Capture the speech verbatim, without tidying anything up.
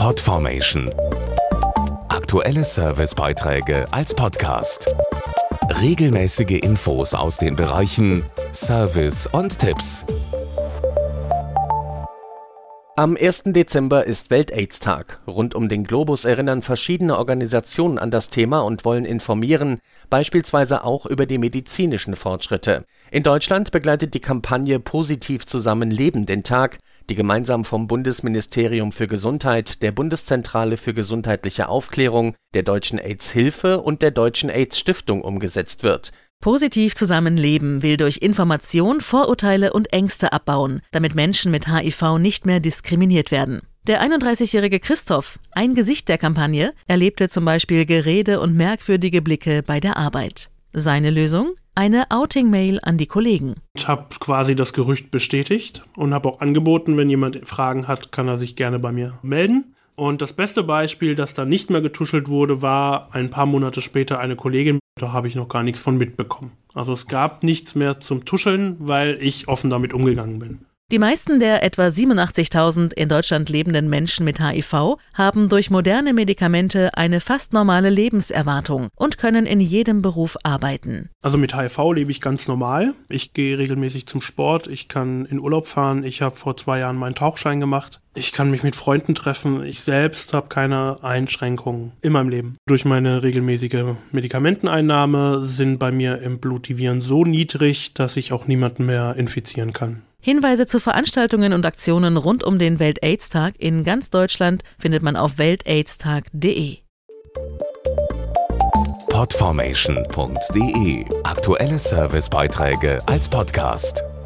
Podformation. Aktuelle Servicebeiträge als Podcast. Regelmäßige Infos aus den Bereichen Service und Tipps. Am ersten Dezember ist Welt-Aids-Tag. Rund um den Globus erinnern verschiedene Organisationen an das Thema und wollen informieren, beispielsweise auch über die medizinischen Fortschritte. In Deutschland begleitet die Kampagne Positiv zusammen leben den Tag, die gemeinsam vom Bundesministerium für Gesundheit, der Bundeszentrale für gesundheitliche Aufklärung, der Deutschen AIDS-Hilfe und der Deutschen AIDS-Stiftung umgesetzt wird. Positiv zusammenleben will durch Information Vorurteile und Ängste abbauen, damit Menschen mit H I V nicht mehr diskriminiert werden. Der einunddreißigjährige Christoph, ein Gesicht der Kampagne, erlebte zum Beispiel Gerede und merkwürdige Blicke bei der Arbeit. Seine Lösung? Eine Outing-Mail an die Kollegen. Ich habe quasi das Gerücht bestätigt und habe auch angeboten, wenn jemand Fragen hat, kann er sich gerne bei mir melden. Und das beste Beispiel, das dann nicht mehr getuschelt wurde, war ein paar Monate später eine Kollegin. Da habe ich noch gar nichts von mitbekommen. Also es gab nichts mehr zum Tuscheln, weil ich offen damit umgegangen bin. Die meisten der etwa siebenundachtzigtausend in Deutschland lebenden Menschen mit H I V haben durch moderne Medikamente eine fast normale Lebenserwartung und können in jedem Beruf arbeiten. Also mit H I V lebe ich ganz normal. Ich gehe regelmäßig zum Sport, ich kann in Urlaub fahren, ich habe vor zwei Jahren meinen Tauchschein gemacht. Ich kann mich mit Freunden treffen, ich selbst habe keine Einschränkungen in meinem Leben. Durch meine regelmäßige Medikamenteneinnahme sind bei mir im Blut die Viren so niedrig, dass ich auch niemanden mehr infizieren kann. Hinweise zu Veranstaltungen und Aktionen rund um den Welt-Aids-Tag in ganz Deutschland findet man auf welt aids tag punkt de. Podformation punkt de. Aktuelle Servicebeiträge als Podcast.